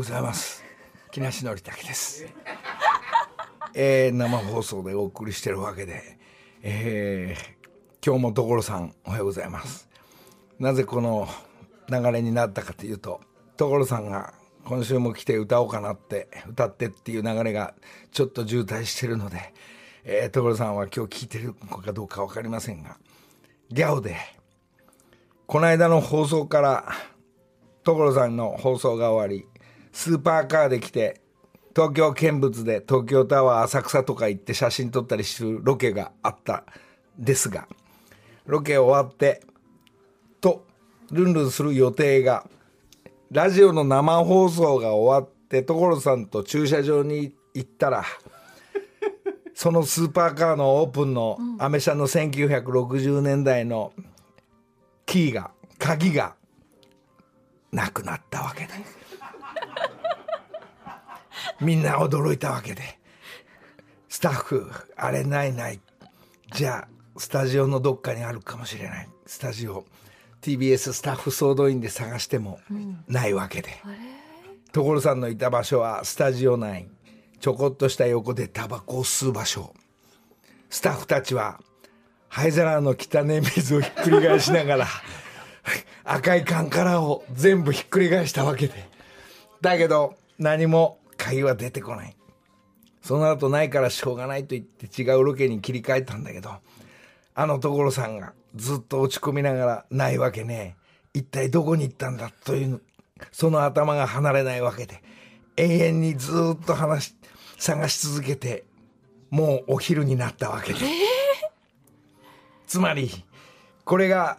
ございます。木梨憲武です。生放送でお送りしてるわけで、今日も所さんおはようございます。なぜこの流れになったかというと、所さんが今週も来て歌おうかなって歌ってっていう流れがちょっと渋滞してるので、所さんは今日聞いてるかどうか分かりませんが、ギャオでこの間の放送から所さんの放送が終わり、スーパーカーで来て東京見物で東京タワー浅草とか行って写真撮ったりするロケがあったですが、ロケ終わってとルンルンする予定が、ラジオの生放送が終わって所さんと駐車場に行ったらそのスーパーカーのオープンのアメ車の1960年代の鍵がなくなったわけでみんな驚いたわけで、スタッフあれないじゃあスタジオのどっかにあるかもしれない、スタジオ TBS スタッフ総動員で探してもないわけで、所さんのいた場所はスタジオ内、ちょこっとした横でタバコを吸う場所、スタッフたちは灰皿の汚い水をひっくり返しながら赤いカンカラを全部ひっくり返したわけで、だけど何も鍵は出てこない。その後ないからしょうがないと言って違うロケに切り替えたんだけど、あの所さんがずっと落ち込みながら、ないわけねえ、一体どこに行ったんだというその頭が離れないわけで、永遠にずっと探し続けて、もうお昼になったわけで、つまりこれが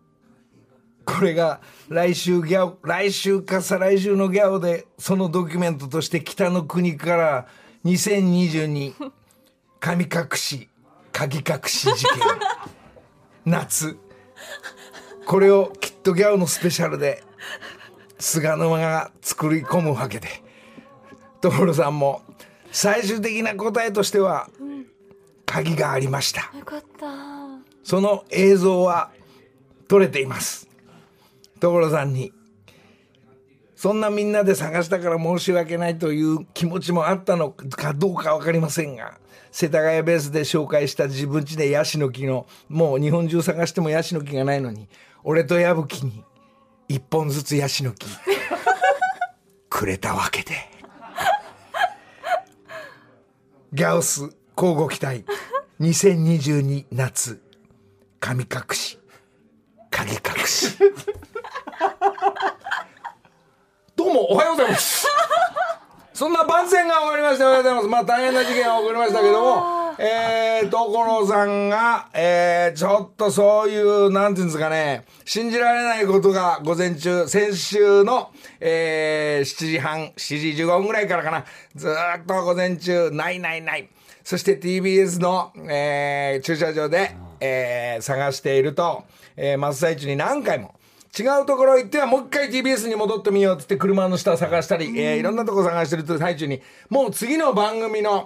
来週か再来週のギャオでそのドキュメントとして北の国から2022神隠し鍵隠し事件夏、これをきっとギャオのスペシャルで菅沼が作り込むわけで、所さんも最終的な答えとしては鍵がありました。 よかった。 その映像は撮れています。所さんにそんなみんなで探したから申し訳ないという気持ちもあったのかどうか分かりませんが、世田谷ベースで紹介した自分家でヤシの木の、もう日本中探してもヤシの木がないのに、俺と矢吹に一本ずつヤシの木くれたわけでギャオス交互期待2022夏神隠し鍵隠しどうもおはようございますそんな番宣が終わりまして、おはようございます。まあ大変な事件が起こりましたけども、所さんが、ちょっとそういうなんていうんですかね、信じられないことが午前中、先週の、7時15分ぐらいからかな、ずっと午前中ない。そして TBS の、駐車場で、探していると、真っ最中に何回も違うところ行ってはもう一回 TBS に戻ってみようって言って車の下探したり、いろんなとこ探してる最中に、もう次の番組の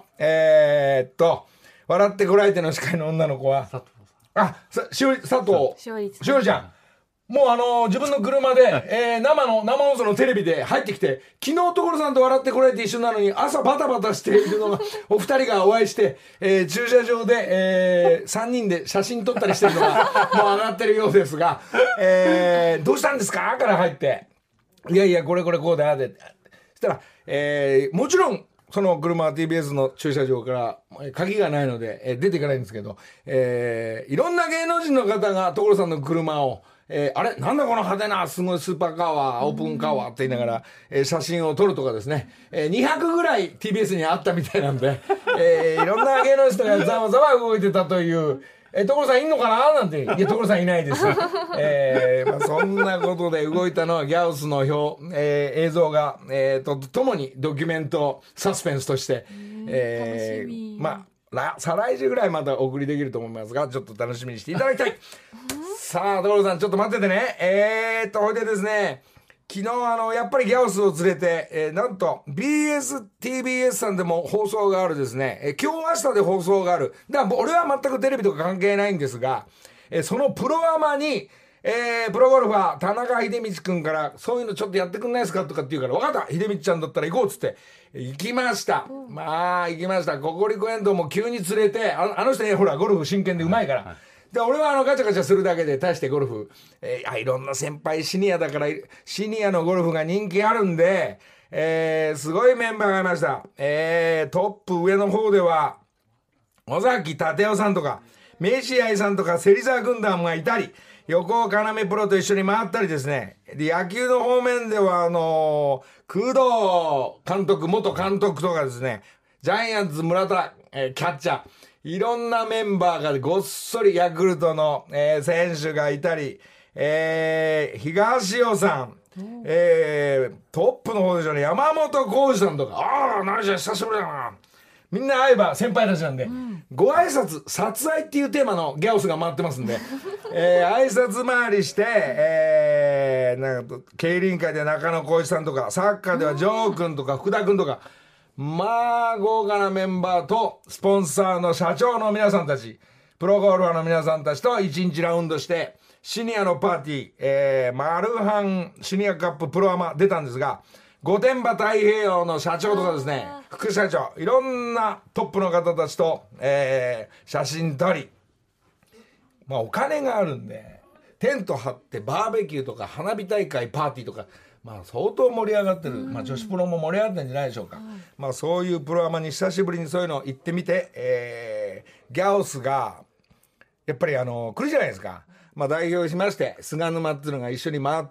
笑ってこられての司会の女の子はしおりちゃん、もう自分の車で、生放送のテレビで入ってきて、昨日所さんと笑ってこられて一緒なのに朝バタバタしているのがお二人がお会いして、駐車場で、3人で写真撮ったりしてるのがもう上がってるようですが、どうしたんですかから入って、いやこれこうだで、そしたら、もちろんその車は TBS の駐車場から鍵がないので、出ていかないんですけど、いろんな芸能人の方が所さんの車をあれなんだこの派手なすごいスーパーカーはオープンカーはって言いながら、写真を撮るとかですね、200ぐらい TBS にあったみたいなんで、いろんな芸能人がざわざわ動いてたという、所さんいんのかななんて、いや所さんいないです、そんなことで動いたのはギャオスの映像が、ともにドキュメントサスペンスとして、 楽しみ。 再来週ぐらいまたお送りできると思いますが、ちょっと楽しみにしていただきたいさあ所さんちょっと待っててね。ほいでですね、昨日やっぱりギャオスを連れて、なんと TBS さんでも放送があるですね、今日明日で放送がある。だから俺は全くテレビとか関係ないんですが、そのプロアマに、 プロゴルファー田中秀道くんからそういうのちょっとやってくんないですかとかって言うから、分かった秀道ちゃんだったら行こうっつって行きました。まあ行きました。ココリコエンドも急に連れて、あの人ねほらゴルフ真剣でうまいから、で俺はガチャガチャするだけで大してゴルフ、いろんな先輩シニアだからシニアのゴルフが人気あるんで、すごいメンバーがいました。トップ上の方では尾崎立夫さんとかメシアイさんとか芹沢軍団がいたり、横尾要プロと一緒に回ったりですね。で野球の方面では工藤監督元監督とかですね、ジャイアンツ村田、キャッチャーいろんなメンバーがごっそりヤクルトの、選手がいたり、東尾さん、トップの方でしょうね、山本浩二さんとか、ああ何じゃ久しぶりだな、みんな会えば先輩たちなんで、ご挨拶殺愛っていうテーマのギャオスが回ってますんで、挨拶回りして、なんか競輪界で中野浩一さんとか、サッカーではジョー君とか福田君とか、まあ豪華なメンバーとスポンサーの社長の皆さんたち、プロゴルファーの皆さんたちと1日ラウンドしてシニアのパーティー、マルハンシニアカッププロアマ出たんですが、御殿場太平洋の社長とかですね、副社長、いろんなトップの方たちと、写真撮り、まあお金があるんでテント張ってバーベキューとか花火大会パーティーとか、まあ相当盛り上がってる、まあ女子プロも盛り上がってるんじゃないでしょうか、まあそういうプロアマに久しぶりにそういうの行ってみて、ギャオスがやっぱり来るじゃないですか。まあ代表しまして菅沼っていうのが一緒に回って、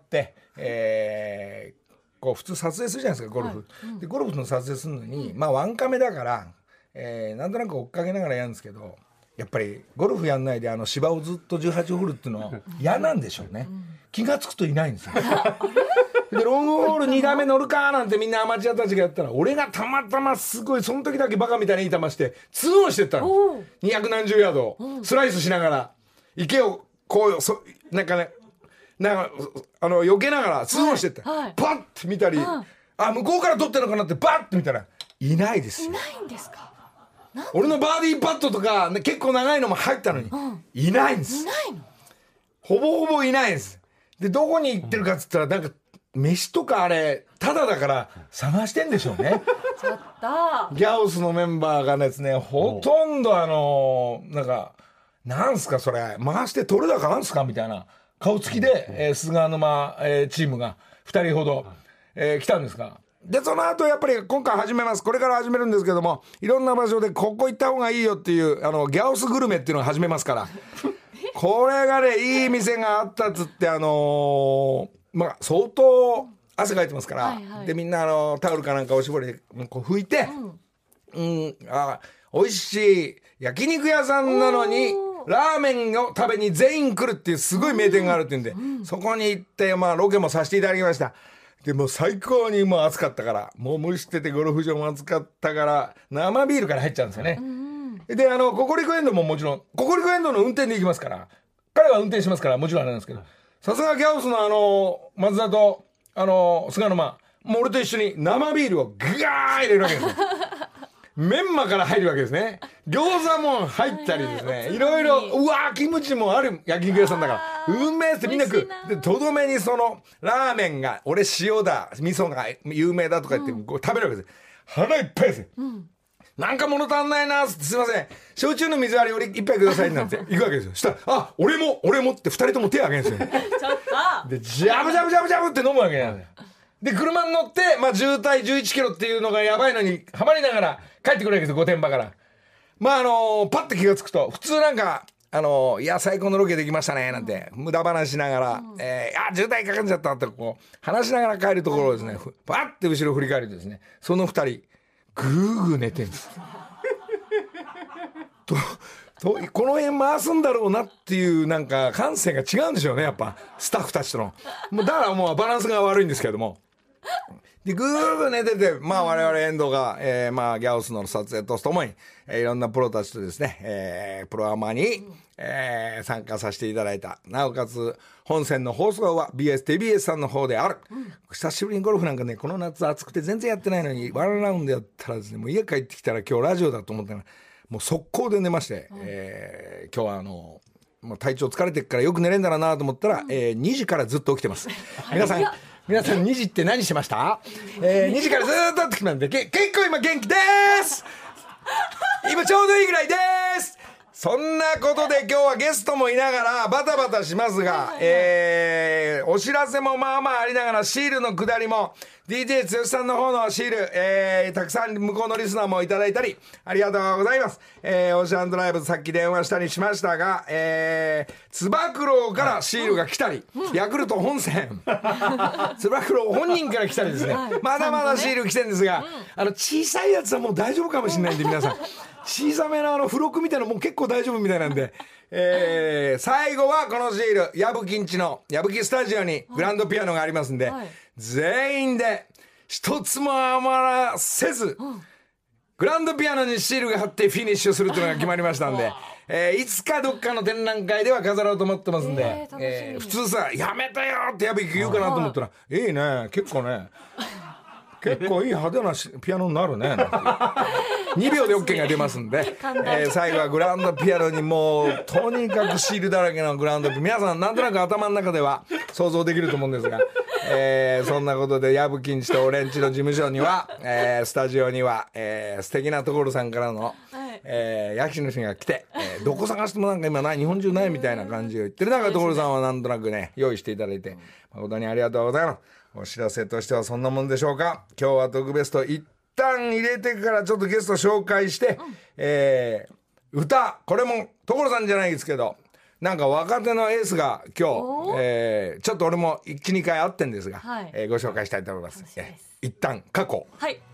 こう普通撮影するじゃないですかゴルフ、でゴルフの撮影するのに、まあワンカメだから、なんとなく追っかけながらやるんですけど、やっぱりゴルフやんないで芝をずっと18ホールっていうのは嫌なんでしょうね、気がつくといないんですよでロングホール2打目乗るかなんてみんなアマチュアたちがやったら、俺がたまたますごいその時だけバカみたいにいい球して2オンしてったの、200何十ヤードをスライスしながら池をこうなんか避けながら2オンしてった、パッて見たり、向こうから取ってるのかなってバッて見たらいないですよ。 いないんですか。 俺のバーディーパットとか、ね、結構長いのも入ったのに、いないんです。 いないの。 ほぼほぼいないんです。でどこに行ってるかっつったら、なんか飯とかあれタダだから探してんでしょうねちょっとギャオスのメンバーがですね、ほとんどなんかなんすかそれ回して取れ高なんすかみたいな顔つきで、菅沼、チームが2人ほど、来たんですが、でその後やっぱり今回始めます、これから始めるんですけども、いろんな場所でここ行った方がいいよっていうギャオスグルメっていうのを始めますからこれがねいい店があったっつって、まあ相当汗かいてますから、でみんなタオルかなんかおしぼりでこう拭いて、美味しい焼肉屋さんなのにラーメンを食べに全員来るっていうすごい名店があるっていうんで、そこに行って、まあロケもさせていただきました。でも最高にもう暑かったから、もう無理しててゴルフ場も暑かったから生ビールから入っちゃうんですよね、でココリコエンドももちろんココリコエンドの運転で行きますから、彼は運転しますからもちろんあれなんですけど、さすがギャオスの松田と菅沼、もう俺と一緒に生ビールをガー入れるわけですよメンマから入るわけですね。餃子も入ったりですね、いろいろ、うわーキムチもある焼肉屋さんだからうめえってみんな食う。でとどめにそのラーメンが俺塩だ味噌が有名だとか言ってこう食べるわけです。腹いっぱいですよ、なんか物足んないなーって、すいません焼酎の水割り俺一杯くださいなんて行くわけですよ。したら俺もって2人とも手を挙げるんですよちょっとでジャブジャブジャブジャブって飲むわけなんだよ。で車に乗って、まあ、渋滞11キロっていうのがやばいのにはまりながら帰ってくるわけですよ、御殿場から。まあパッて気がつくと普通なんかいや最高のロケできましたねなんて無駄話しながら、渋滞かかっちゃったってこう話しながら帰るところをですね、パッて後ろ振り返るとですね、その2人ぐーぐー寝てるんですこの辺回すんだろうなっていうなんか感性が違うんでしょうね、やっぱスタッフたちとの。もうだからもうバランスが悪いんですけども、でぐーぐー寝てて、まあ我々遠藤が、まあギャオスの撮影とともに、いろんなプロたちとですね、プロアマに、参加させていただいた。なおかつ本戦の放送は TBS さんの方である、久しぶりにゴルフなんかね、この夏暑くて全然やってないのにワンラウンドやったらですね、もう家帰ってきたら今日ラジオだと思ったらもう速攻で寝まして、今日はもう体調疲れてるからよく寝れんだろうなと思ったら、2時からずっと起きてます。皆さん2時って何してました？2時からずっと起きてたんで結構今元気です今ちょうどいいぐらいです。そんなことで今日はゲストもいながらバタバタしますが、お知らせもまあまあありながらシールの下りも DJ 剛さんの方のシール、たくさん向こうのリスナーもいただいたりありがとうございます。オーシャンドライブさっき電話したりしましたが、つば九郎からシールが来たり、ヤクルト本線つば九郎本人から来たりですね、まだまだシール来てるんですが、小さいやつはもう大丈夫かもしれないんで皆さん小さめの付録みたいなのもう結構大丈夫みたいなんで、最後はこのシール矢吹んちの矢吹スタジオにグランドピアノがありますんで、全員で一つも余らせず、グランドピアノにシールが貼ってフィニッシュするというのが決まりましたんで、いつかどっかの展覧会では飾ろうと思ってますんで、普通さやめたよって矢吹言うかなと思ったら、いいね結構いい派手なピアノになるねなんて2秒で OK が出ますんで、最後はグランドピアノにもうとにかくシールだらけのグランドピアノ、皆さんなんとなく頭の中では想像できると思うんですが、そんなことで矢吹んちと俺んちの事務所には、スタジオには、素敵な所さんからの、焼き主が来て、どこ探してもなんか今ない日本中ないみたいな感じを言ってる中、所さんはなんとなくね用意していただいて誠にありがとうございます。お知らせとしてはそんなもんでしょうか。今日は特別と一旦入れてからちょっとゲスト紹介して、歌これも所さんじゃないですけどなんか若手のエースが今日、ちょっと俺も1、2回会ってんですが、ご紹介したいと思います。一旦過去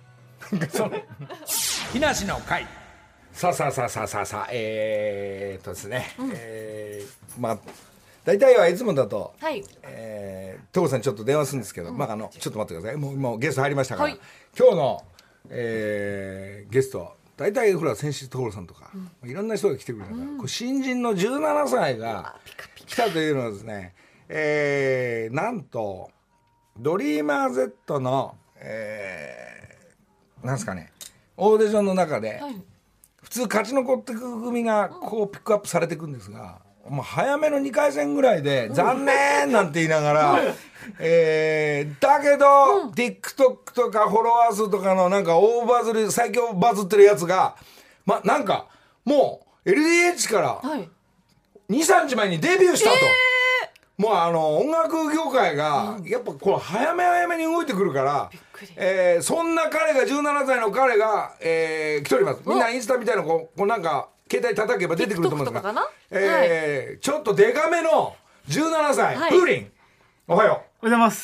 木梨の会さあですね、まあ大体はいつもだと、所さんにちょっと電話するんですけど、ちょっと待ってください。もうゲスト入りましたから、今日の、ゲスト大体ほら先週所さんとか、いろんな人が来てくれたから、これ新人の17歳が来たというのはですね、なんとドリーマー Z の、なんですかねオーディションの中で、普通勝ち残っていく組がこうピックアップされていくんですが、もう早めの2回戦ぐらいで残念なんて言いながら、だけど、TikTok とかフォロワー数とかのなんか大バズり最強バズってるやつがなんかもう LDH から2、3日前にデビューしたと、もう音楽業界がやっぱこう早めに動いてくるから、そんな彼が17歳の彼が、来ております。みんなインスタみたいなこうなんか携帯叩けば出てくると思うんですが、ちょっとデカめの17歳、風鈴、おはよう。 おはようございます。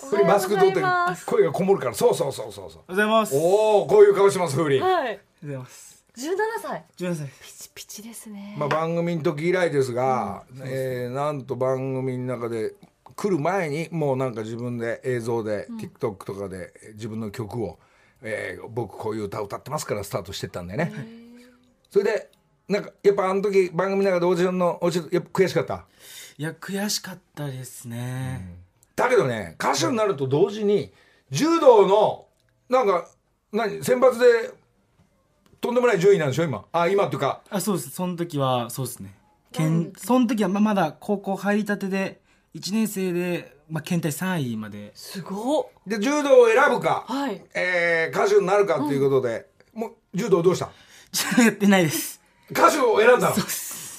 風鈴マスク取って声がこもるから、そう。おはようございます。 おお、こういう顔します風鈴。 おはようございます。 17歳。 17歳。 ピチピチですね。 番組の時以来ですが、なんと番組の中で来る前にもうなんか自分で映像で、TikTok とかで自分の曲を、僕こういう歌歌ってますからスタートしてったんだよね。それでなんかやっぱあの時番組の中でオーディションのやっぱ悔しかった？ いや悔しかったですね、 だけどね歌手になると同時に柔道のなんか選抜でとんでもない順位なんでしょ今っていうかそうです。その時はそうですね、その時はまだ高校入りたてで1年生で、県大3位まで。 すごっ。 で柔道を選ぶか、歌手になるかっていうことで、もう柔道どうした？ やってないです。 歌手を選んだの？ そうです。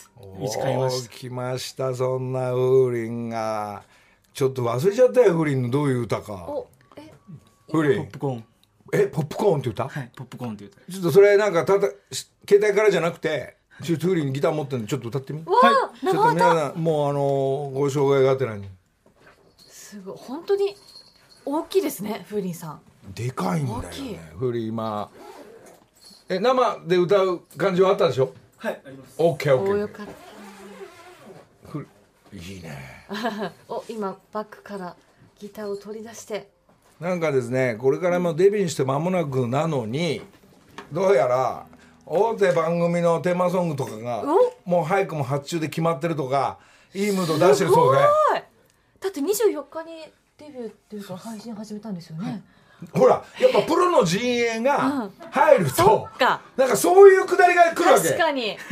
来ましたそんな風鈴が。ちょっと忘れちゃったよ風鈴のどういう歌か。風鈴ポップコーン。 ポップコーンって歌？ はい、ポップコーンって歌。 ちょっとそれなんか携帯からじゃなくてちょっと風鈴ギター持ってるんでちょっと歌ってみ。 はい。 ちょっと皆さんもうご障害がてらに。 すごい本当に大きいですね風鈴さん。 でかいんだよね風鈴今。生で歌う感じはあったでしょ？ はい、あります。 オッケー。 よかった。 いいね。 今バッグからギターを取り出して。 なんかですねこれからもデビューして間もなくなのにどうやら大手番組のテーマソングとかがもう早くも発注で決まってるとかいいムード出してるそうで。 だって24日にデビューっていうか配信始めたんですよね。 ほらやっぱプロの陣営が入ると、 なんかそういうくだりが来るわけ。 確かに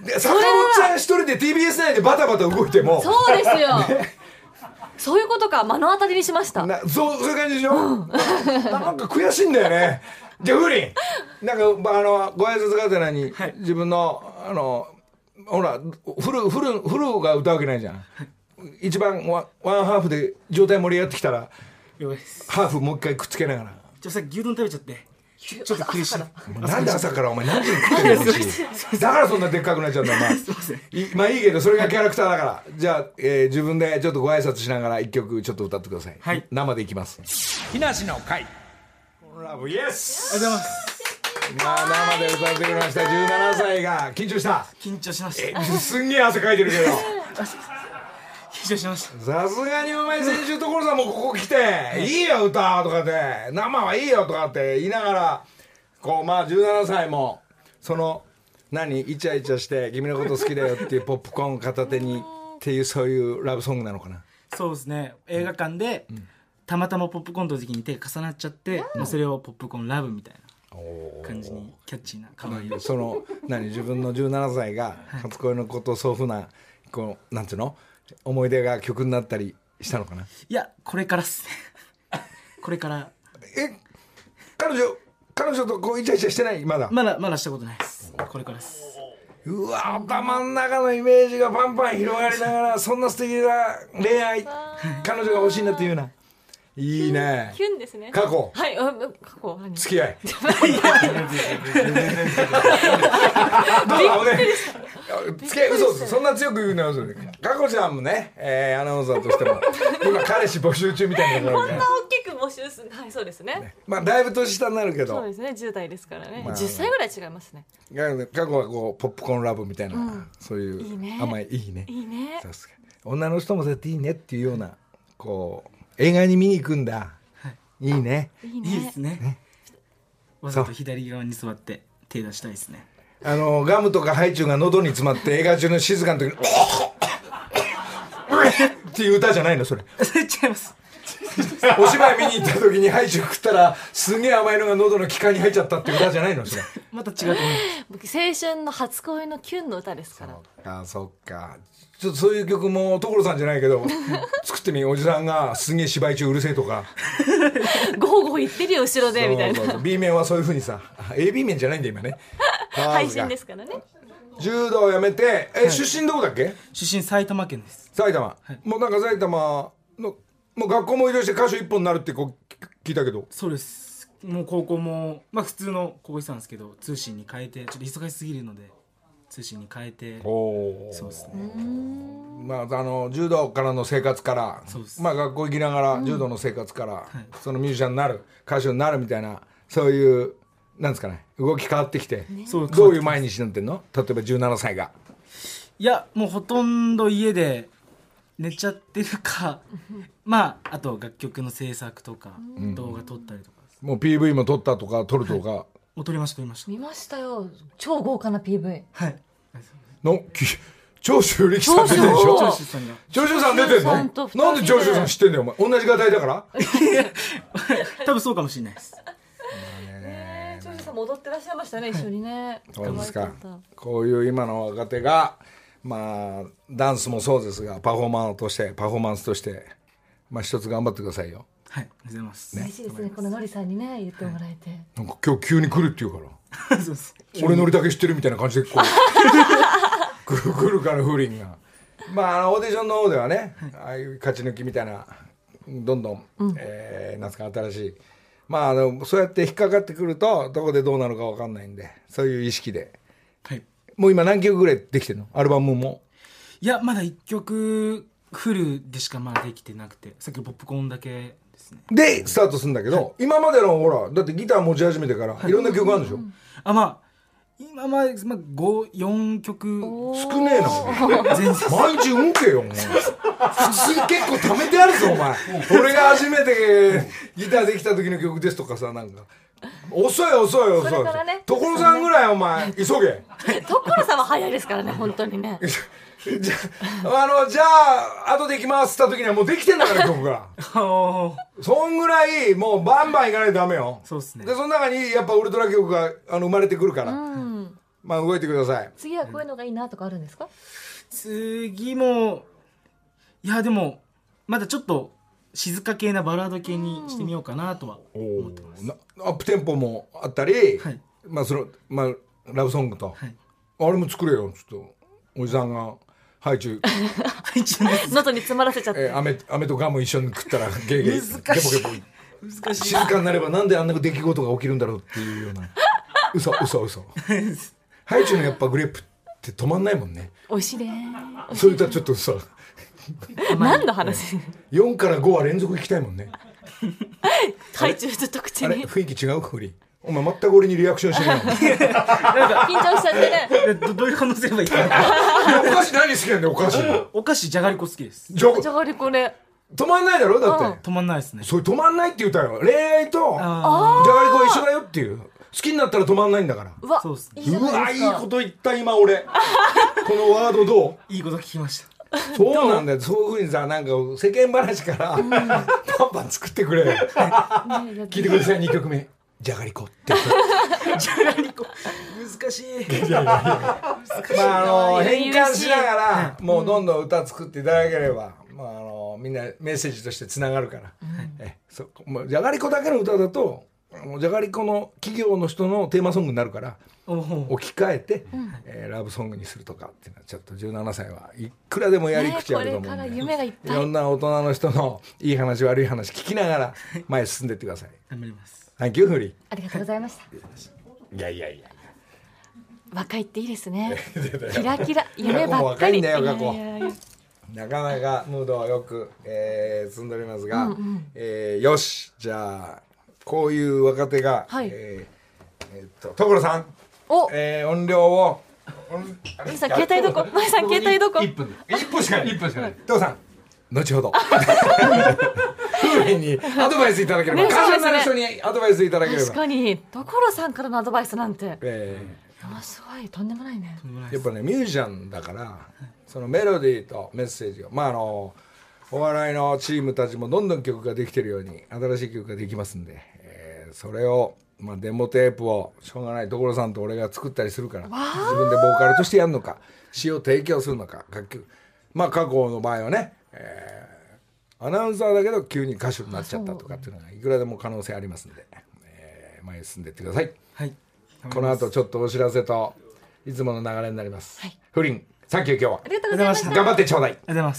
で坂本ちゃん一人で TBS 内でバタバタ動いてもそうですよ、そういうことか、目の当たりにしました。 そういう感じでしょ、なんか悔しいんだよね。じゃあ風鈴なんかご挨拶がてらに、自分のほらフルが歌うわけないじゃん、一番ワンハーフで状態盛り上がってきたらハーフもう一回くっつけながら、 さっき牛丼食べちゃってちょっと苦しい。 なんで朝からお前何時に食ってるのだからそんなでっかくなっちゃうんだお前まあいいけどそれがキャラクターだから、じゃあ、自分でちょっとご挨拶しながら一曲ちょっと歌ってください、はい、生でいきます。木梨の会ラブイエス、ありがとうございます。まあ生で歌ってくれました。17歳が緊張した。 緊張しました。 すんげえ汗かいてるけど緊張しました。 さすがにお前先週所さんもここ来ていいよ歌とかって生はいいよとかって言いながらこうまあ17歳もそのイチャイチャして君のこと好きだよっていうポップコーン片手にっていうそういうラブソングなのかな。 そうですね、映画館で、たまたまポップコーンの時に手が重なっちゃって、それをポップコーンラブみたいな感じにキャッチーな可愛いその自分の17歳が初恋のことをそういうふうなこうなんていうの思い出が曲になったりしたのかな。 いやこれからっすねこれから彼女とこうイチャイチャしてない？まだしたことないです。これからです。 うわ頭の中のイメージがパンパン広がりながらそんな素敵な恋愛彼女が欲しいなっていうな。いいね。 キュンですね。 過去。 はい、過去。 付き合い。どうだね。付き合い嘘です。そんな強く言うのは嘘です。過去ちゃんもね、アナウンサーとしても今彼氏募集中みたいな。 こんな大きく募集する。はい、そうですね。 まあだいぶ年下になるけど。 そうですね。10代ですからね。10歳ぐらい違いますね。 過去はこうポップコーンラブみたいなそういう甘いいいね。 いいね。 女の人もそうやっていいねっていうようなこう。映画に見に行くんだ、いいね。 いいですね。わざと左側に座って手出したいですね。 ガムとかハイチュウが喉に詰まって映画中の静かな時にっていう歌じゃないのそれ。 違います。 お芝居見に行った時にハイチュウ食ったらすげえ甘いのが喉の気管に入っちゃったっていう歌じゃないのそれ。 また違うと思います。青春の初恋のキュンの歌ですから。 そっか。ちょっとそういう曲も所さんじゃないけど作ってみ。おじさんがすげえ芝居中うるせえとかゴーゴー言ってるよ後ろでみたいな。 そう B 面はそういう風にさ AB 面じゃないんだ今ね配信ですからね。 柔道をやめて出身どこだっけ？ 出身埼玉県です。 埼玉、もうなんか埼玉のもう学校も移動して歌手一本になるってこう聞いたけど。 そうです。もう高校も普通の高校行ってたんですけど通信に変えてちょっと忙しすぎるので通信に変えて。そうですね。 まあ柔道からの生活からまあ学校行きながら柔道の生活から、そのミュージシャンになる歌手になるみたいなそういうなんですかね動き変わってきて、どういう毎日になってんの？例えば17歳が。 いやもうほとんど家で寝ちゃってるかあと楽曲の制作とか、動画撮ったりとか。 もう PV も撮ったとか撮るとか、 もう撮りました。 見ましたよ。超豪華な PV。 はいの長州力さん出てるでしょ。長州さん出てんの？なんで長州さん知ってんだよお前。同じ画題だから多分そうかもしれないです。 長州さんも踊ってらっしゃいましたね、一緒にね。 そうですか。こういう今の若手がまあダンスもそうですがパフォーマンスとしてまあ一つ頑張ってくださいよ。 はい、ありがとうございます。 嬉しいですね。こののりさんにね言ってもらえて。 なんか今日急に来るって言うから。そうです。俺のりだけ知ってるみたいな感じでこう来るから風鈴が。まあオーディションの方ではね、ああいう勝ち抜きみたいなどんどん、なんすか新しいまあそうやって引っかかってくるとどこでどうなるか分かんないんでそういう意識で。はい。もう今何曲ぐらいできてるの？アルバムも。 いやまだ1曲フルでしかまだできてなくて、さっきのポップコーンだけですね。 でスタートするんだけど、今までのほらだってギター持ち始めてからいろんな曲あるんでしょ。 今まで4曲。 少ねえな毎日運けよお前。普通結構貯めてあるぞお前。俺が初めてギターできた時の曲ですとかさ、なんか遅い。所さんぐらいお前急げ。 所さんは早いですからね本当にね。 じゃあ後で行きますって言った時にはもうできてんだから曲がそんぐらいもうバンバン行かないとダメよ。 そうですね。 でその中にやっぱウルトラ曲が生まれてくるから、 まあ動いてください。 次はこういうのがいいなとかあるんですか？ 次もいやでもまだちょっと静か系なバラード系にしてみようかなとは思ってます。 アップテンポもあったり、 はい、 まあラブソングと、はい、あれも作れよ。ちょっとおじさんがハイチュウ喉に詰まらせちゃって、 飴とガム一緒に食ったらゲーゲー難しいゲボゲボ静かになればなんであんな出来事が起きるんだろうっていうような嘘ハイチュウのやっぱグレープって止まんないもんね。 美味しいね。 それとはちょっとさ何の話 4から5は連続行きたいもんね。 ハイチュウずっと口に。 あれ雰囲気違うフリー。お前全く俺にリアクションしてないもん。 緊張しちゃってね。 どういう反応すればいいかな。 お菓子何好きなんだよ。 お菓子じゃがりこ好きです。 じゃがりこね。 止まんないだろだって。 止まんないですね。 それ止まんないって言ったよ。恋愛とじゃがりこは一緒だよっていう。好きになったら止まんないんだから。 うわ、 そうですね。 うわいいこと言った今俺。このワードどう？ いいこと聞きました。 そうなんだよ。そういうふうにさなんか世間話からパンパン作ってくれ。聞いてください2曲目。じゃがりこってじゃがりこ難しい。 まあ変換しながらもうどんどん歌作っていただければ、まあみんなメッセージとしてつながるから、じゃがりこだけの歌だとじゃがりこの企業の人のテーマソングになるから置き換えて、ラブソングにするとかっていうのはちょっと17歳はいくらでもやり口あると思うんで、いろんな大人の人のいい話悪い話聞きながら前進んでってください。 頑張ります。 サンキューフリー。 ありがとうございました。 いや若いっていいですね。キラキラ夢ばっかり。 若いんだよ過去。なかなかムードはよく、積んでおりますが、よしじゃあこういう若手が、所さん、音量をのりさん携帯どこ？のりさん携帯どこ ？1分しかない所さん後ほど風鈴にアドバイスいただければ、感謝のある人にアドバイスいただければ。 確かに所さんからのアドバイスなんて、すごいとんでもないね。 やっぱねミュージシャンだからそのメロディーとメッセージをお笑いのチームたちもどんどん曲ができてるように新しい曲ができますんで、それをデモテープをしょうがない所さんと俺が作ったりするから自分でボーカルとしてやるのか詩を提供するのか楽曲過去の場合はね、アナウンサーだけど急に歌手になっちゃったとかっていうのがいくらでも可能性ありますんで、前へ進んでいってください。 はい、 この後ちょっとお知らせといつもの流れになります。フリンサンキュー今日はありがとうございました。 頑張ってちょうだい。 ありがとうございます。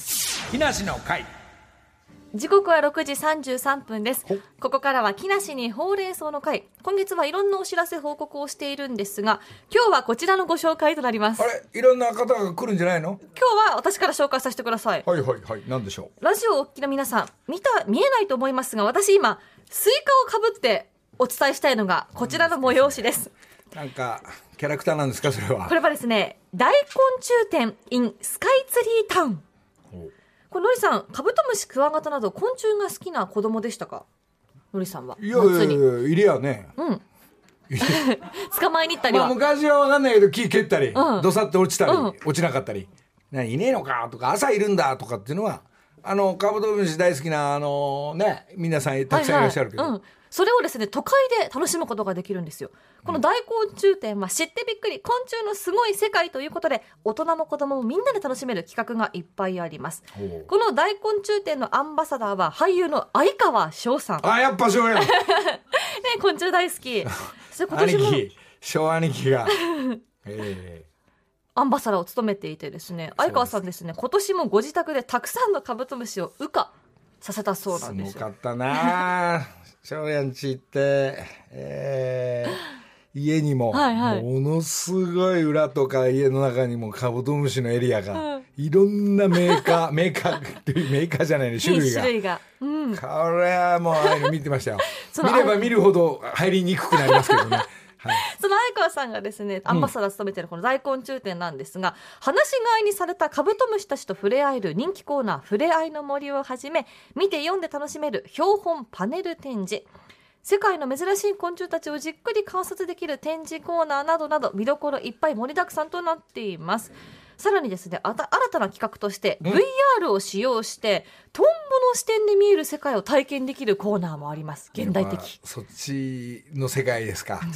木梨の会。 時刻は6時33分です。ここからは木梨にほうれん草の会。今月はいろんなお知らせ報告をしているんですが、今日はこちらのご紹介となります。 あれいろんな方が来るんじゃないの？ 今日は私から紹介させてください。 はい何でしょう。 ラジオをお聞きの皆さん見えないと思いますが、私今スイカをかぶってお伝えしたいのがこちらの催しです。 なんかキャラクターなんですかそれは。 これはですね、大昆虫展 in スカイツリータウン。これのりさん、カブトムシクワガタなど昆虫が好きな子供でしたか？のりさんは。 いやいりゃね。 捕まえに行ったりは、 昔は分かんないけど木蹴ったり、どさって落ちたり、落ちなかったり、いねえのかとか朝いるんだとかっていうのはカブトムシ大好きな皆さんたくさんいらっしゃるけど、 それをですね都会で楽しむことができるんですよ。この大昆虫展は知ってびっくり昆虫のすごい世界ということで、大人も子供もみんなで楽しめる企画がいっぱいあります。この大昆虫展のアンバサダーは俳優の相川翔さん。 やっぱ翔やん昆虫大好きそれ今年も翔兄貴がアンバサダーを務めていてですね、相川さんですね、今年もご自宅でたくさんのカブトムシを羽化させたそうなんですよ。 すごかったな翔やんち行って、家にも、ものすごい裏とか家の中にもカブトムシのエリアが、いろんなメーカーじゃないね種類が、これはもうああいうの見てましたよ見れば見るほど入りにくくなりますけどねその相川さんがですねアンバサダーを務めているこの大昆虫展なんですが、放し飼いにされたカブトムシたちと触れ合える人気コーナーふれあいの森をはじめ、見て読んで楽しめる標本パネル展示、世界の珍しい昆虫たちをじっくり観察できる展示コーナーなどなど見どころいっぱい盛りだくさんとなっています。さらにですね、新たな企画として VR を使用してトンボの視点で見える世界を体験できるコーナーもあります。現代的。 そっちの世界ですか。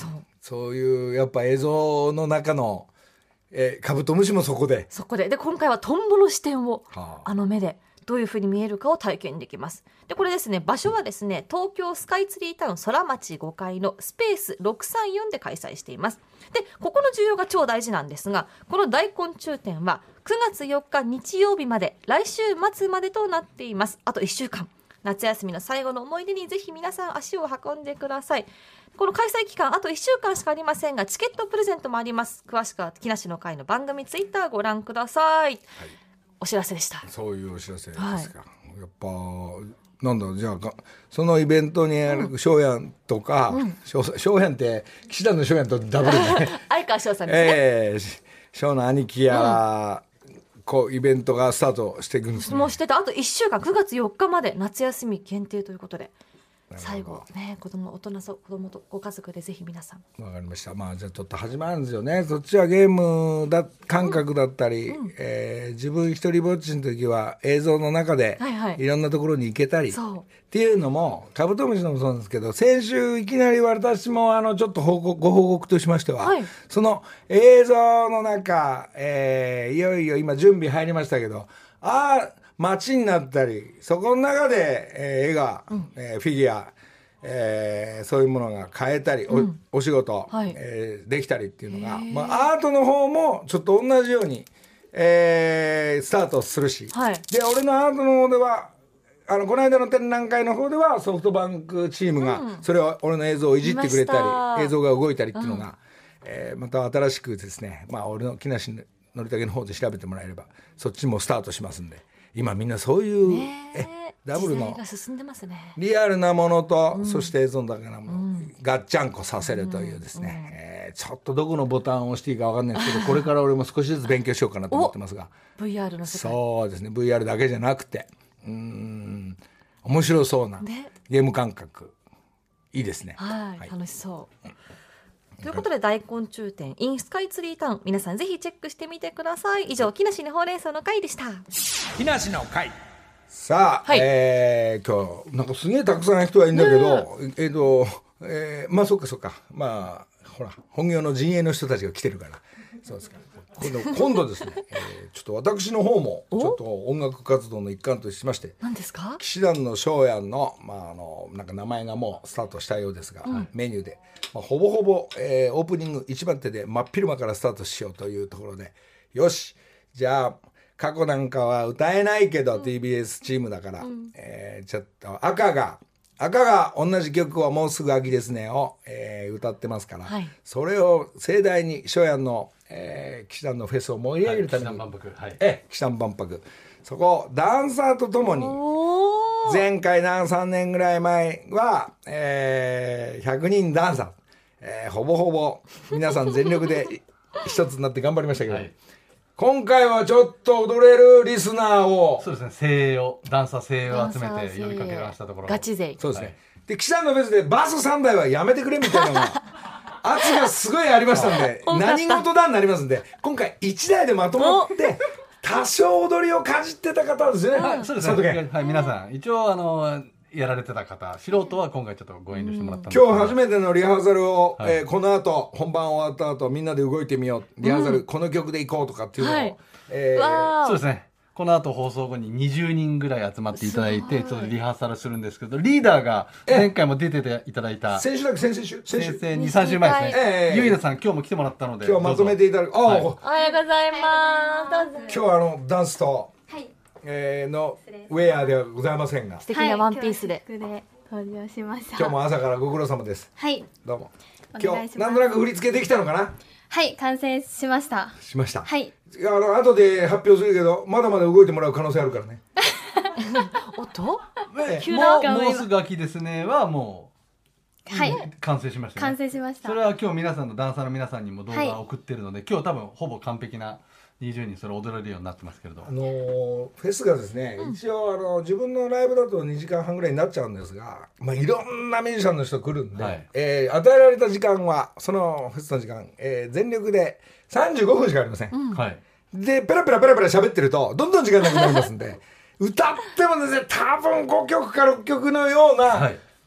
そういうやっぱ映像の中の、カブトムシもそこでで今回はトンボの視点を、 はあの目でどういう風に見えるかを体験できます。でこれですね、場所はですね、東京スカイツリータウン空町5階のスペース634で開催しています。でここの重要が超大事なんですが、この大昆虫展は9月4日日曜日まで、来週末までとなっています。あと1週間、夏休みの最後の思い出にぜひ皆さん足を運んでください。この開催期間あと1週間しかありませんが、チケットプレゼントもあります。詳しくは木梨の会の番組ツイッターご覧ください。お知らせでした。 そういうお知らせですか、やっぱなんだじゃあそのイベントにある翔やんとか、翔やんって岸田の翔やんとダブルで相川翔さんですね。 翔の兄貴や、こうイベントがスタートしていくんですね。 もうしてた。あと1週間、9月4日まで夏休み限定ということで、最後ね、子供とご家族でぜひ皆さん。 わかりました。じゃあちょっと始まるんですよね。そっちはゲーム感覚だったり、自分一人ぼっちの時は映像の中でいろんなところに行けたり、っていうのもカブトムシのもそうなんですけど、先週いきなり私もちょっとご報告としましては、その映像の中、いよいよ今準備入りましたけど、街になったり、そこの中で、絵が、フィギュア、そういうものが買えたり、お仕事、できたりっていうのが、アートの方もちょっと同じように、スタートするし、で俺のアートの方ではこの間の展覧会の方ではソフトバンクチームがそれを俺の映像をいじってくれたり、映像が動いたりっていうのが、また新しくですね、俺の木梨憲武の方で調べてもらえればそっちもスタートしますんで、今みんなそういうダブルのリアルなものと、そして映像だからものガッチャンコさせるというですね、ちょっとどこのボタンを押していいか分かんないですけど、これから俺も少しずつ勉強しようかなと思ってますが、 VR の世界、 そうですね、 VR だけじゃなくて面白そうなゲーム感覚、いいですね。 楽しそうということで、大昆虫展 in スカイツリータウン、皆さんぜひチェックしてみてください。以上、木梨のほうれん草の会でした。 木梨の会。さあ、今日なんかすげえたくさん人はいるんだけど、そっかほら本業の陣営の人たちが来てるから、そうですか。今度ですね、ちょっと私の方もちょっと音楽活動の一環としまして、 何ですか？ 騎士団の翔やんの、なんか名前がもうスタートしたようですが、メニューで、ほぼほぼ、オープニング一番手で真っ昼間からスタートしようというところで、よしじゃあ過去なんかは歌えないけど、TBS チームだから、ちょっと赤が同じ曲をもうすぐ秋ですねを、歌ってますから、それを盛大に翔やんの騎士団のフェスを盛り上げるために、騎士団万博、そこダンサーとともに、前回3年ぐらい前は、100人ダンサー、ほぼほぼ皆さん全力で一つになって頑張りましたけど、今回はちょっと踊れるリスナーを、 そうですね、ダンサー精鋭を集めて呼びかけましたところ、 ガチ勢、 そうですね、で騎士団のフェスでバス3台はやめてくれみたいなのが圧がすごいありましたんで何事だになりますんで、今回1台でまとまって多少踊りをかじってた方はですね、 そうですね、皆さん一応やられてた方、素人は今回ちょっとご遠慮してもらったんですけど、 今日初めてのリハーサルを、この後本番終わった後みんなで動いてみよう、リハーサル、この曲でいこうとかっていうのを、 そうですね、この後放送後に20人ぐらい集まっていただいて、ちょっとリハーサルするんですけど、リーダーが前回も出ていただいた、 先週だっけ、先週 2、3週前ですね、ゆいなさん今日も来てもらったので、 今日まとめていただく、 おはようございます。 今日はダンスと、のウェアではございませんが、 素敵なワンピースで登場しました。 今日も朝からご苦労様です。どうも。今日なんとなく振り付けできたのかな。 完成しました。 後で発表するけど、まだまだ動いてもらう可能性あるからね。 おっと、 もうすぐ秋ですねはもう完成しましたね。 完成しました。 それは今日皆さんのダンサーの皆さんにも動画を送ってるので、今日多分ほぼ完璧な20人それ踊れるようになってますけれど、 フェスがですね、一応自分のライブだと2時間半ぐらいになっちゃうんですが、いろんなミュージシャンの人来るんで、与えられた時間はそのフェスの時間、全力で35分しかありません、でペラペラ喋ってるとどんどん時間なくなりますんで歌ってもですね、多分5曲か6曲のような、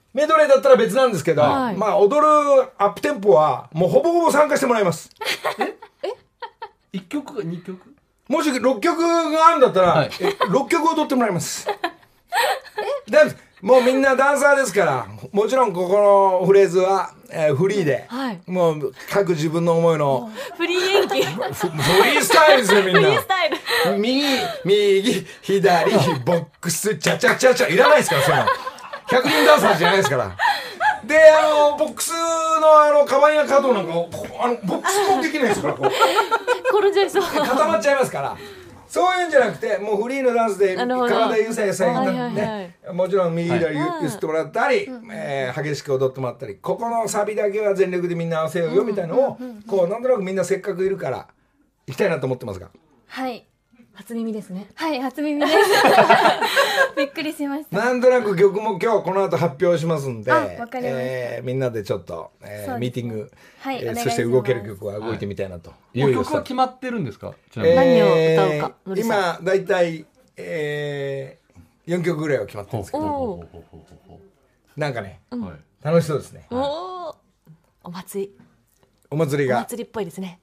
メドレーだったら別なんですけど、 はいまあ踊るアップテンポはもうほぼほぼ参加してもらいます。 1曲か2曲もし6曲があるんだったら、 はい 6曲踊ってもらいます。もうみんなダンサーですから、もちろんここのフレーズは、フリーで、 はいもう各自分の思いのフリー演技。 フリースタイルですよみんな。 フリースタイル。 右左ボックスチャチャチャチャいらないですからその100人ダンサーじゃないですから。でボックスのカバンやカートなんかボックスもできないですからこう転んじゃいそう。 固まっちゃいますから。そういうんじゃなくてもうフリーのダンスでなるほど体ゆさゆさはいはいはいね、もちろん右左ゆすってもらったり、激しく踊ってもらったり、ここのサビだけは全力でみんな合わせようよみたいなのをこうなんとなくみんなせっかくいるから行きたいなと思ってますが。 はい初耳ですね。 はい初耳ですびっくりしましたなんとなく曲も今日この後発表しますんで、 あわかりましたみんなでちょっと、ミーティング、 はいお願いしますそして動ける曲は動いてみたいなといよいよ曲は決まってるんですかちなみに、 何を歌うかのりさん今だいたい、4曲ぐらいは決まってるんですけど、 おなんかね、 はい楽しそうですね。 おお。お祭り。 お祭りがお祭りっぽいですね。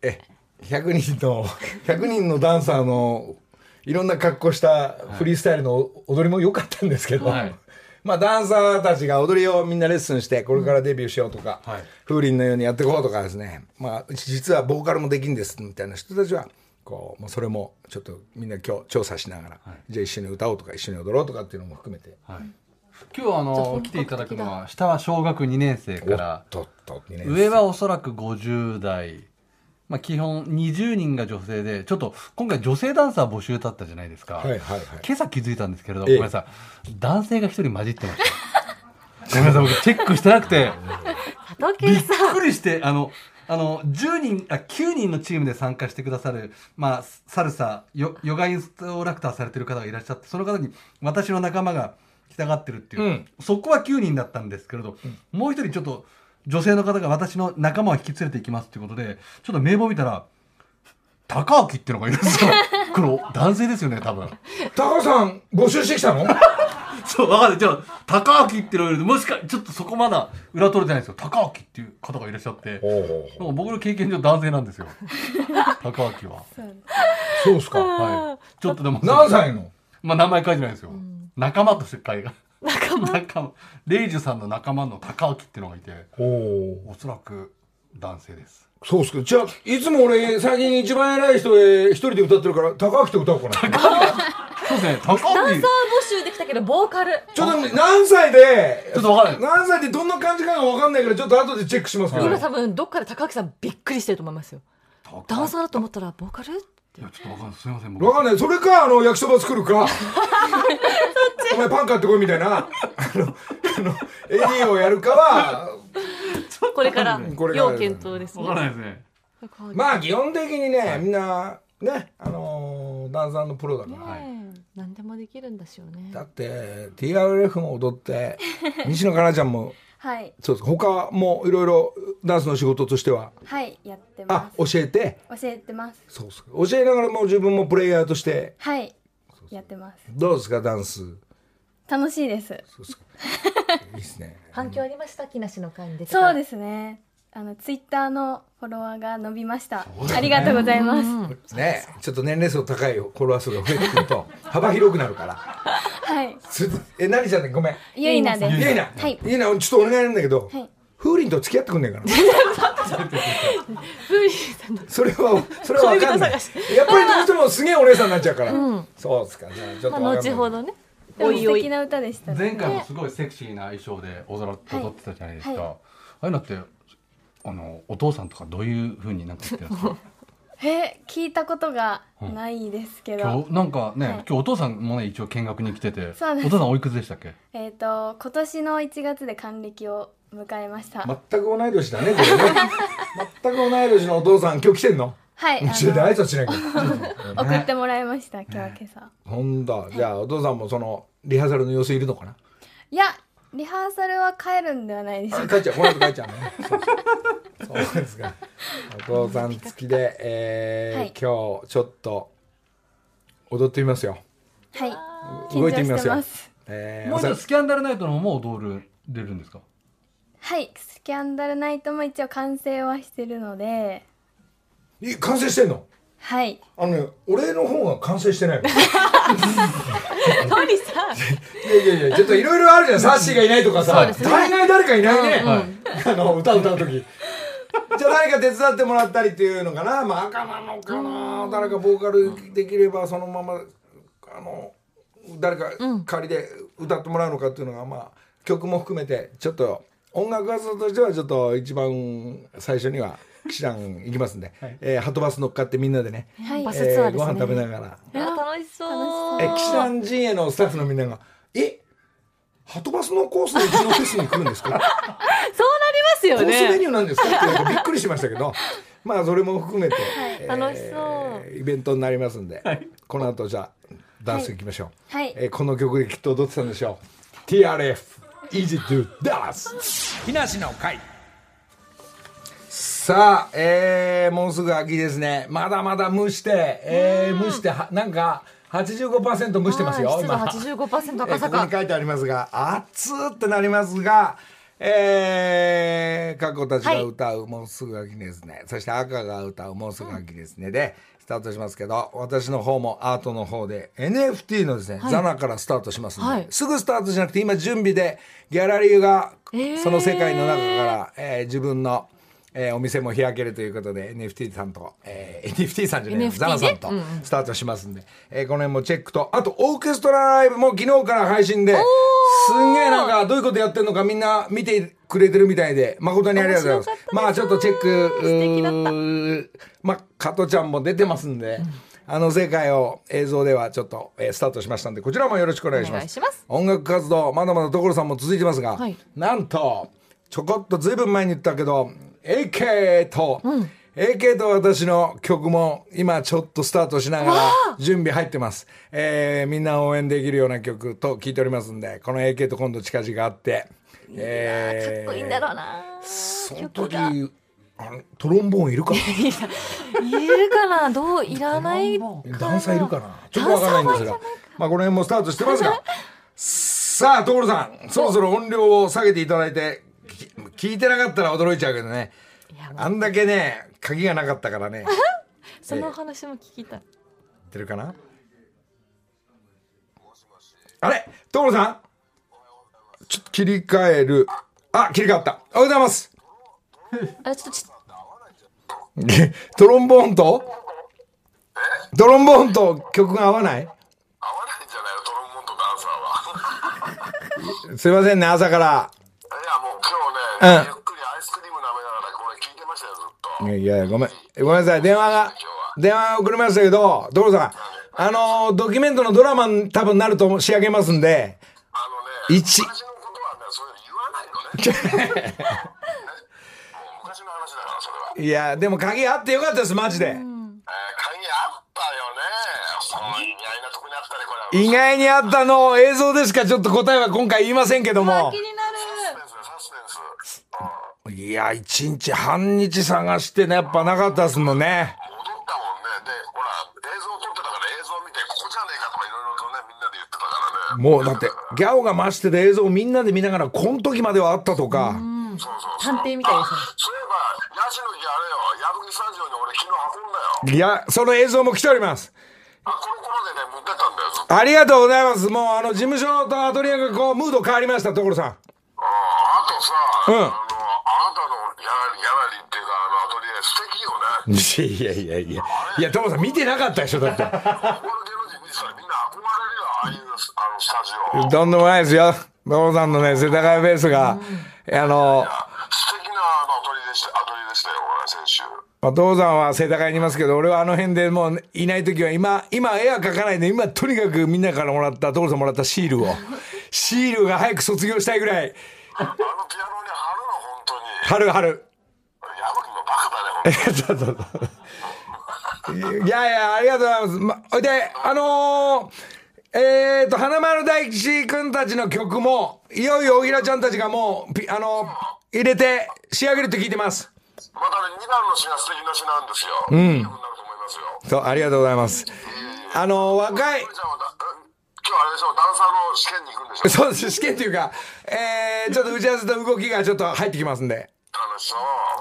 100人のダンサーのいろんな格好したフリースタイルの踊りも良かったんですけど、 はいまあダンサーたちが踊りをみんなレッスンしてこれからデビューしようとか、 はい風鈴のようにやっていこうとかですね、まあ実はボーカルもできるんですみたいな人たちはこうもうそれもちょっとみんな今日調査しながら、じゃあ一緒に歌おうとか一緒に踊ろうとかっていうのも含めて、 はい、今日来ていただくのは下は小学2年生からおっと2年生上はおそらく50代、まあ、基本20人が女性でちょっと今回女性ダンサー募集だったじゃないですか、 はいはいはい、 今朝気づいたんですけれど、 ええごめんなさい男性が一人混じってましたごめんなさい僕チェックしてなくて佐藤びっ圭さん。 くりして9人のチームで参加してくださる、まあ、サルサヨガインストラクターされてる方がいらっしゃって、その方に私の仲間が来たがってるっていう、そこは9人だったんですけれど、もう一人ちょっと女性の方が私の仲間を引き連れていきますっていうことでちょっと名簿見たら高明っていうのがいるんですよこれ男性ですよね多分。 高尾さん募集してきたのそう分かんない。じゃあ高明っていうのがいる、もしかちょっとそこまだ裏取れてないんですよ。高明っていう方がいらっしゃって、なんか僕の経験上男性なんですよ高明は。 そうですか。 はい、ちょっとでも何歳の？ まあ名前書いてないんですよ、仲間として会が仲間レイジュさんの仲間の高明っていうのがいて、おそらく男性です。 そうっすか。じゃあいつも俺最近一番偉い人で一人で歌ってるから高明と歌おうかな。 そうですね、高明ダンサー募集できたけどボーカル。 ちょっと何歳でちょっと分かんない。 何歳でどんな感じかが分かんないからちょっと後でチェックしますけど。 今多分どっかで高木さんびっくりしてると思いますよ。ダンサーだと思ったらボーカル？ いやちょっと分かんない、すみません。 分かんない。それか焼きそば作るかお前パン買ってこいみたいなAD をやるかはこれからこれから要検討ですね。 分からないですね。 まあ基本的にね、みんなねダンサーのプロだから、 何でもできるんだしよね。 だって TRF も踊って西野カナちゃんもはいそうです。他もいろいろダンスの仕事としてははいやってま教えてす教えてますそうですか。教えながらも自分もプレイヤーとしてはいやってますどうですかダンス。 楽しいですそうですかいいですね。 反響ありました？木梨の会に出てそうですすねツイッターのフォロワーが伸びました、ありがとうございますね、ちょっと年齢層高いフォロワー数が増えてくると幅広くなるからはい何ちゃんねごめんゆいなですゆいなはいゆいなちょっとお願いなんだけど、 はい風鈴と付き合ってくんねえかな風鈴さんのそれは分かんないやっぱりどうしてもすげえお姉さんになっちゃうから、そうですか。じゃあちょっとまあ後ほどね。 でもおいおい素敵な歌でしたね前回もすごいセクシーな衣装で踊ってたじゃないですか、 はいああいうのってお父さんとかどういう風になんか言ってるんですか聞いたことがないですけど、 今日なんかね、 はい今日お父さんもね一応見学に来てて、 そうですお父さんおいくつでしたっけ？ 今年の1月で還暦を迎えました、 全く同い年だねこれね全く同い年のお父さん今日来てんの？ はい一緒で挨拶しなきゃ送ってもらいました今日は今朝、 ほんだ。じゃあお父さんもそのリハーサルの様子いるのかな？ いやリハーサルは帰るんではないでしょうか帰っちゃうこの後帰っちゃうねそうですか。お父さん付きで、 はい今日ちょっと踊ってみますよ。 はい動いてみますよ緊張してますもうちょっとスキャンダルナイトの方も踊るれるんですか？ はい、スキャンダルナイトも一応完成はしてるので。 完成してんの？ はい。 俺の方が完成してないの。 トニさん。 いやちょっといろいろあるじゃん。サッシーがいないとかさ、大概誰かいないね。歌う時。じゃあ誰か手伝ってもらったりっていうのかな。まあ赤なのかな。誰かボーカルできればそのまま誰か仮で歌ってもらうのかっていうのが、まあ曲も含めてちょっと音楽活動としてはちょっと一番最初には岸さん行きますんで、はとバス乗っかってみんなでね、 バスツアーですね、 ご飯食べながら。 楽しそう。 岸さん陣営のスタッフのみんながはとバスのコースでうちのフェスに来るんですか？ そうなりますよね。 コースメニューなんですかって言われてびっくりしましたけど、まあそれも含めて、 楽しそうイベントになりますんで、この後じゃあダンス行きましょう。 はい。 この曲できっと踊ってたんでしょう。TRF Easy to Dance 木梨の会。さあ、もうすぐ秋ですね。まだまだ蒸して、なんか 85% 蒸してますよ。 湿度 85% 赤坂。 ここに書いてありますが、熱ってなりますが、過去たちが歌う、もうすぐ秋ですね。そして赤が歌う、もうすぐ秋ですね。で、スタートしますけど、私の方もアートの方で NFT のですね、ザナからスタートしますので、すぐスタートじゃなくて今準備でギャラリーがその世界の中から、自分のお店も開けるということで NFT さんと、NFT さんじゃない、ザナさんとスタートしますんで、この辺もチェックと、あとオーケストラライブも昨日から配信で、すんげえなんかどういうことやってるのかみんな見てくれてるみたいで、誠にありがとうございます。まあちょっとチェック、まあ加トちゃんも出てますんで、世界を映像ではちょっと、スタートしましたんで、こちらもよろしくお願いします。音楽活動まだまだ所さんも続いてますが、なんとちょこっとずいぶん前に言ったけどAK と私の曲も今ちょっとスタートしながら準備入ってます。みんな応援できるような曲と聞いておりますんで、この AK と今度近々会って、 かっこいいんだろうな。 その時トロンボーンいるかな？ いるかな？いらないかな？ ダンサーいるかな？ちょっとわからないんですが、まあこの辺もスタートしてますが、さあ所さん、そろそろ音量を下げていただいて、聞いてなかったら驚いちゃうけどね。あんだけね鍵がなかったからね。 その話も聞きたい。 出るかな？あれ所さん、ちょっと切り替える。切り替わった。おはようございます。トロンボーンと曲が合わない？合わないんじゃないよ、トロンボーンとダンサーは。すいませんね、朝から。いや、もう今日ね、ゆっくりアイスクリーム舐めながらこれ聞いてましたよ、ずっと。いや、ごめんなさい、電話送りましたけど、所さん、ドキュメントのドラマ多分なると仕上げますんで、私のことはね、そういうの言わないのね。昔の話だから、それは。いや、でも鍵あってよかったです、マジで。鍵あったよね。意外なとこにあったね、これ。意外にあったのを映像でしかちょっと答えは今回言いませんけども。 気になる。 サスペンス。いや、1日半日探してね、やっぱなかったですもんね。戻ったもんね。で、ほら、映像撮ってたから映像見て、ここじゃねえかとかいろいろとね、みんなで言ってたからね。もうだって、ギャオが増してる映像をみんなで見ながら、この時まではあったとか。 探偵みたいですね。 そういえば、ヤシの木あれよ、矢吹スタジオに俺昨日運んだよ。いや、その映像も来ております。この頃でね、持ってたんだよ、ずっと。ありがとうございます。もう、事務所とアトリエがこう、ムード変わりました、所さん。あとさ、あなたのギャラリーっていうか、アトリエ素敵よね。いや、所さん見てなかったでしょ、だって。この芸能人見てたらみんな憧れるよ、ああいうスタジオ。とんでもないですよ。所さんのね、世田谷ベースが、素敵なアトリエでしたよ、先週。所さんは世田谷にいますけど、俺はあの辺でもういない時は今絵は描かないで、今とにかくみんなからもらった所さんもらったシールが早く卒業したいぐらい。ピアノに貼るの、本当に。貼る。矢吹のバカだね、本当に。いや、ありがとうございます。で、花丸大吉くんたちの曲も、いよいよ大平ちゃんたちがもう、入れて仕上げるって聞いてます。またね、2番の詩が素敵な詩なんですよ。いい曲になると思いますよ。そう、ありがとうございます。若い。 今日あれでしょ、ダンサーの試験に行くんでしょ。 そうです、試験っていうか、ちょっと打ち合わせと動きがちょっと入ってきますんで。 楽しそう、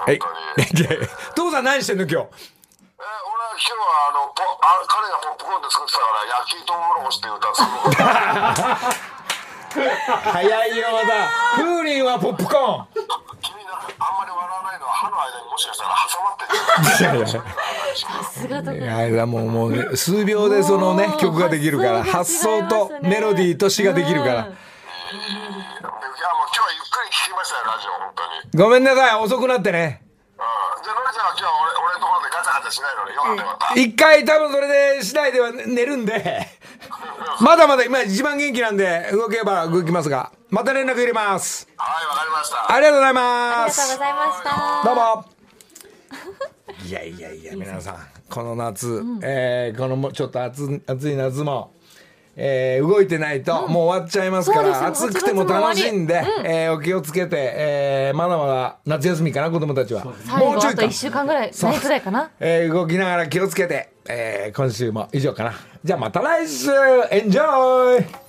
本当に。 父さん何してんの今日？ 俺は今日は彼がポップコーンで作ってたから焼きとうもろこしっていう歌する。 早いよまだ。風鈴はポップコーン。 君あんまり笑わないのは歯の間にもしかしたら挟まってる。 さすがだね。 いやもう数秒でそのね曲ができるから、発想とメロディーと詩ができるから。 いやもう今日はゆっくり聞きましたよラジオ本当に。 ごめんなさい遅くなってね。 じゃあのりちゃんは今日は俺のところでガチャガチャしないのでよかったよかった。 一回多分それで次第では寝るんでまだまだ今一番元気なんで動けば動きますが、また連絡入れます。 はいわかりました。 ありがとうございありがます。 とうございました。 どうも。いや皆さんこの夏、このちょっと暑い夏も、動いてないともう終わっちゃいますから、暑くても楽しんで、お気をつけて、まだまだ夏休みかな子供たちは。 もうちょいか。あと1週間ぐらいないくらいかな。 動きながら気をつけて、今週も以上かな。じゃあまた来週エンジョイ。